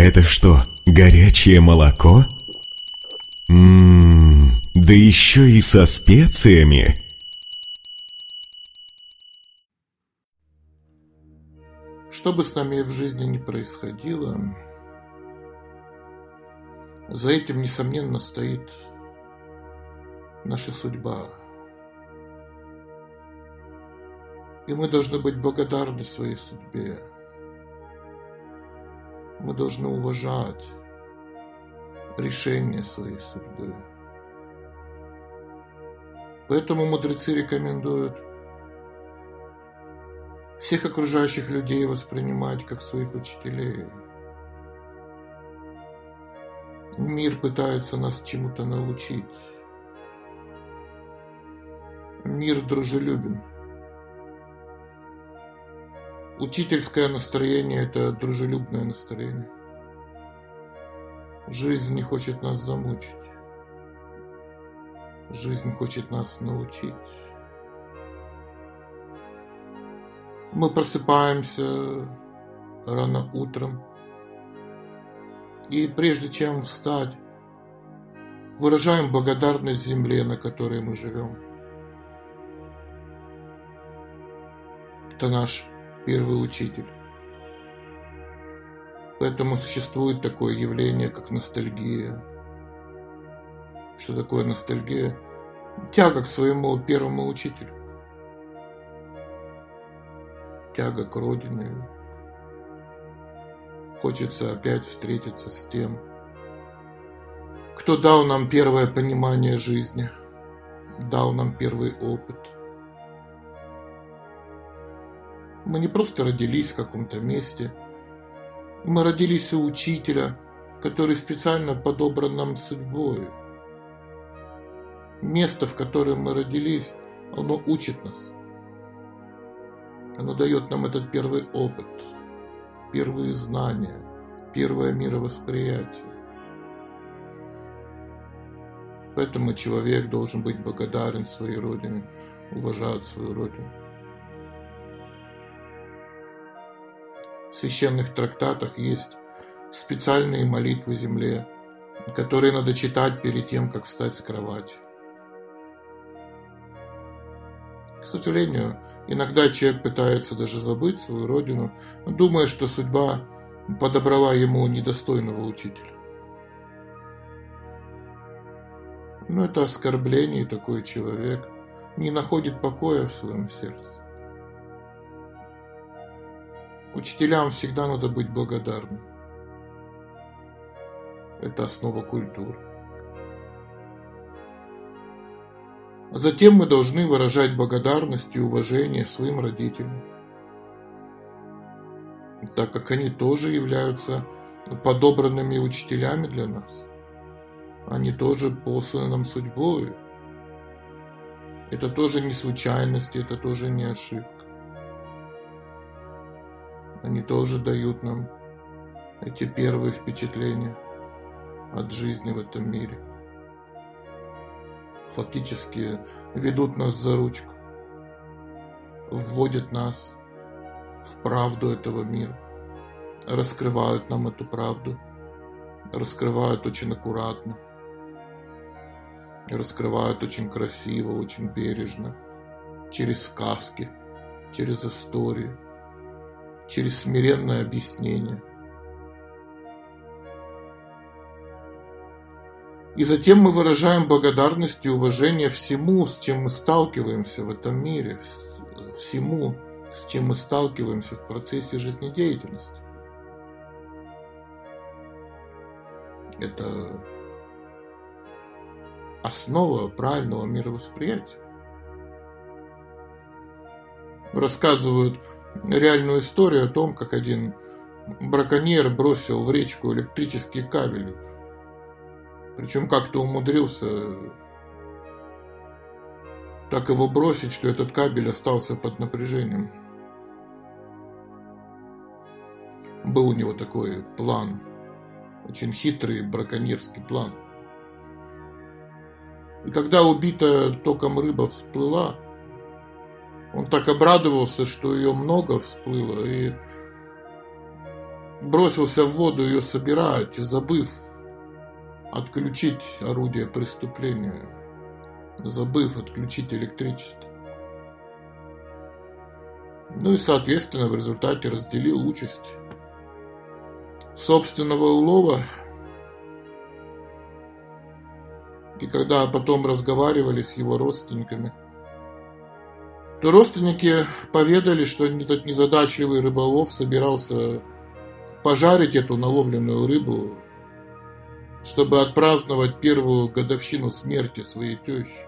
Это что, горячее молоко? Да еще и со специями. Что бы с нами в жизни ни происходило, за этим, несомненно, стоит наша судьба. И мы должны быть благодарны своей судьбе. Мы должны уважать решение своей судьбы. Поэтому мудрецы рекомендуют всех окружающих людей воспринимать как своих учителей. Мир пытается нас чему-то научить. Мир дружелюбен. Учительское настроение – это дружелюбное настроение. Жизнь не хочет нас замучить. Жизнь хочет нас научить. Мы просыпаемся рано утром. И прежде чем встать, выражаем благодарность земле, на которой мы живем. Это наш первый учитель. Поэтому существует такое явление, как ностальгия. Что такое ностальгия? Тяга к своему первому учителю. Тяга к родине. Хочется опять встретиться с тем, кто дал нам первое понимание жизни, дал нам первый опыт. Мы не просто родились в каком-то месте, мы родились у учителя, который специально подобран нам судьбой. Место, в котором мы родились, оно учит нас. Оно дает нам этот первый опыт, первые знания, первое мировосприятие. Поэтому человек должен быть благодарен своей родине, уважать свою родину. В священных трактатах есть специальные молитвы земле, которые надо читать перед тем, как встать с кровати. К сожалению, иногда человек пытается даже забыть свою родину, думая, что судьба подобрала ему недостойного учителя. Но это оскорбление, и такой человек не находит покоя в своем сердце. Учителям всегда надо быть благодарным. Это основа культуры. Затем мы должны выражать благодарность и уважение своим родителям, так как они тоже являются подобранными учителями для нас. Они тоже посланы нам судьбой. Это тоже не случайность, это тоже не ошибка. Они тоже дают нам эти первые впечатления от жизни в этом мире. Фактически ведут нас за ручку, вводят нас в правду этого мира, раскрывают нам эту правду, раскрывают очень аккуратно, раскрывают очень красиво, очень бережно, через сказки, через истории, через смиренное объяснение. И затем мы выражаем благодарность и уважение всему, с чем мы сталкиваемся в этом мире, всему, с чем мы сталкиваемся в процессе жизнедеятельности. Это основа правильного мировосприятия. Рассказывают реальную историю о том, как один браконьер бросил в речку электрические кабели. Причем как-то умудрился так его бросить, что этот кабель остался под напряжением. Был у него такой план, очень хитрый браконьерский план. И когда убитая током рыба всплыла, он так обрадовался, что ее много всплыло, и бросился в воду ее собирать, забыв отключить орудие преступления, забыв отключить электричество. Ну и, соответственно, в результате разделил участь собственного улова. И когда потом разговаривали с его родственниками, то родственники поведали, что этот незадачливый рыболов собирался пожарить эту наловленную рыбу, чтобы отпраздновать первую годовщину смерти своей тещи.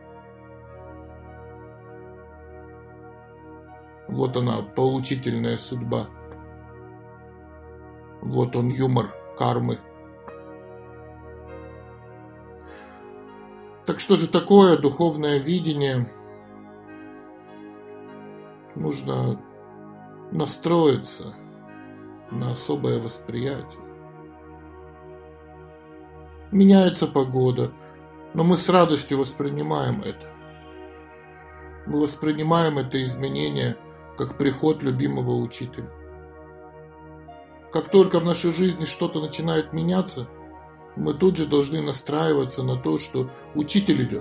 Вот она, поучительная судьба. Вот он, юмор кармы. Так что же такое духовное видение? Нужно настроиться на особое восприятие. Меняется погода, но мы с радостью воспринимаем это. Мы воспринимаем это изменение как приход любимого учителя. Как только в нашей жизни что-то начинает меняться, мы тут же должны настраиваться на то, что учитель идет.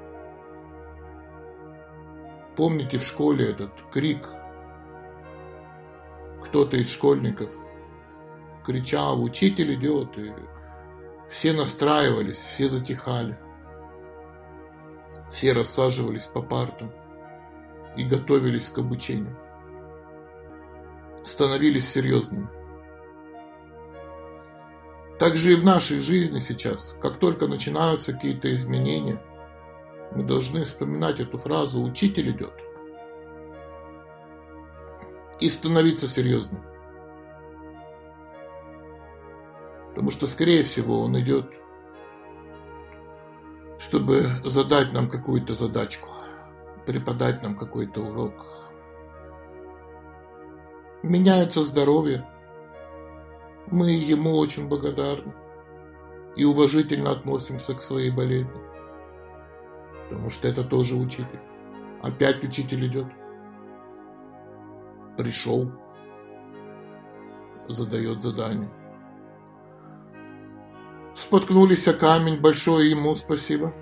Помните в школе этот крик? Кто-то из школьников кричал: «Учитель идет!» И все настраивались, все затихали. Все рассаживались по партам и готовились к обучению. Становились серьезными. Так же и в нашей жизни сейчас, как только начинаются какие-то изменения, мы должны вспоминать эту фразу «Учитель идет» и становиться серьезным. Потому что, скорее всего, он идет, чтобы задать нам какую-то задачку, преподать нам какой-то урок. Меняется здоровье. Мы ему очень благодарны и уважительно относимся к своей болезни. Потому что это тоже учитель. Опять учитель идет. Пришел, задает задание. Споткнулись о камень, большое ему спасибо.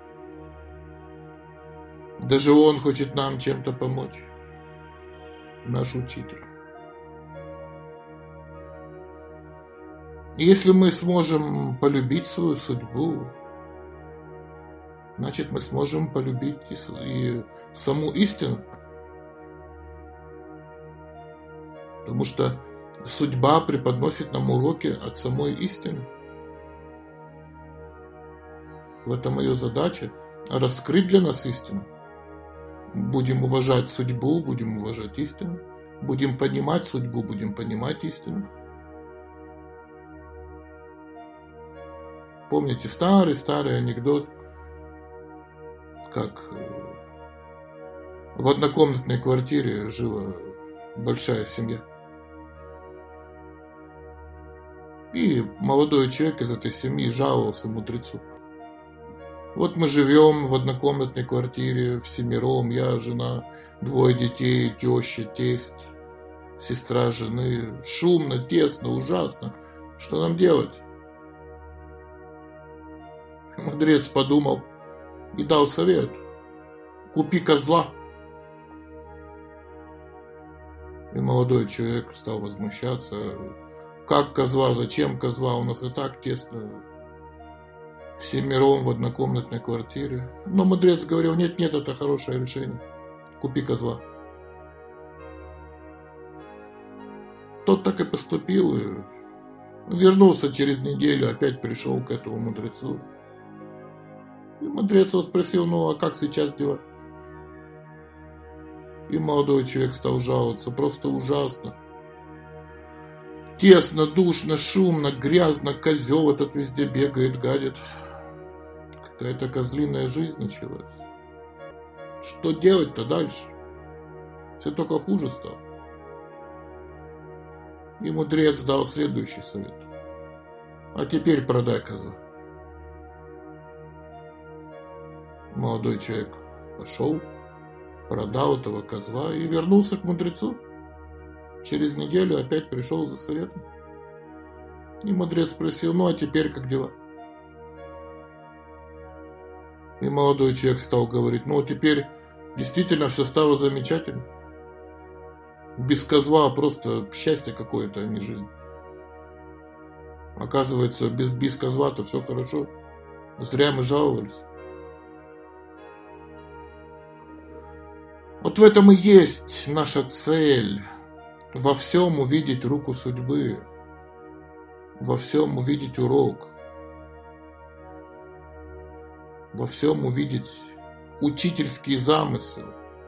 Даже он хочет нам чем-то помочь. Наш учитель. Если мы сможем полюбить свою судьбу, значит, мы сможем полюбить и саму истину. Потому что судьба преподносит нам уроки от самой истины. В этом ее задача – раскрыть для нас истину. Будем уважать судьбу, будем уважать истину. Будем понимать судьбу, будем понимать истину. Помните старый анекдот, как в однокомнатной квартире жила большая семья. И молодой человек из этой семьи жаловался мудрецу. Вот мы живем в однокомнатной квартире всемиром, я, жена, 2 детей, теща, тесть, сестра жены. Шумно, тесно, ужасно. Что нам делать? Мудрец подумал и дал совет. Купи козла. И молодой человек стал возмущаться. Как козла? Зачем козла? У нас и так тесно. Всемиром в однокомнатной квартире. Но мудрец говорил: нет, это хорошее решение. Купи козла. Тот так и поступил. И вернулся через неделю, опять пришел к этому мудрецу. И мудрец его спросил: ну а как сейчас дела? И молодой человек стал жаловаться: просто ужасно. Тесно, душно, шумно, грязно, козел этот везде бегает, гадит. Какая-то козлиная жизнь началась. Что делать-то дальше? Все только хуже стало. И мудрец дал следующий совет. А теперь продай козла. Молодой человек пошел, продал этого козла и вернулся к мудрецу. Через неделю опять пришел за советом. И мудрец спросил: ну а теперь как дела? И молодой человек стал говорить: ну теперь действительно все стало замечательно. Без козла просто счастье какое-то, а не жизнь. Оказывается, без козла-то все хорошо. Зря мы жаловались. Вот в этом и есть наша цель. Во всем увидеть руку судьбы. Во всем увидеть урок. Во всем увидеть учительский замысел.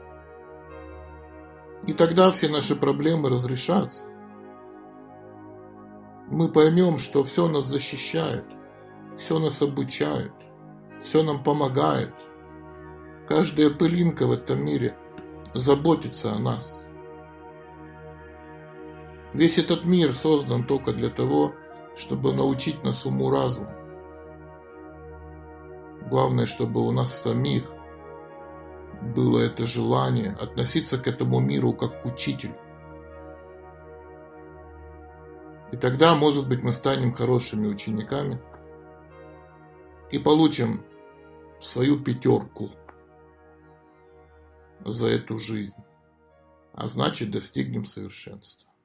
И тогда все наши проблемы разрешатся. Мы поймем, что все нас защищает, все нас обучает, все нам помогает. Каждая пылинка в этом мире заботится о нас. Весь этот мир создан только для того, чтобы научить нас уму-разуму. Главное, чтобы у нас самих было это желание относиться к этому миру как к учителю. И тогда, может быть, мы станем хорошими учениками и получим свою 5 за эту жизнь, а значит, достигнем совершенства.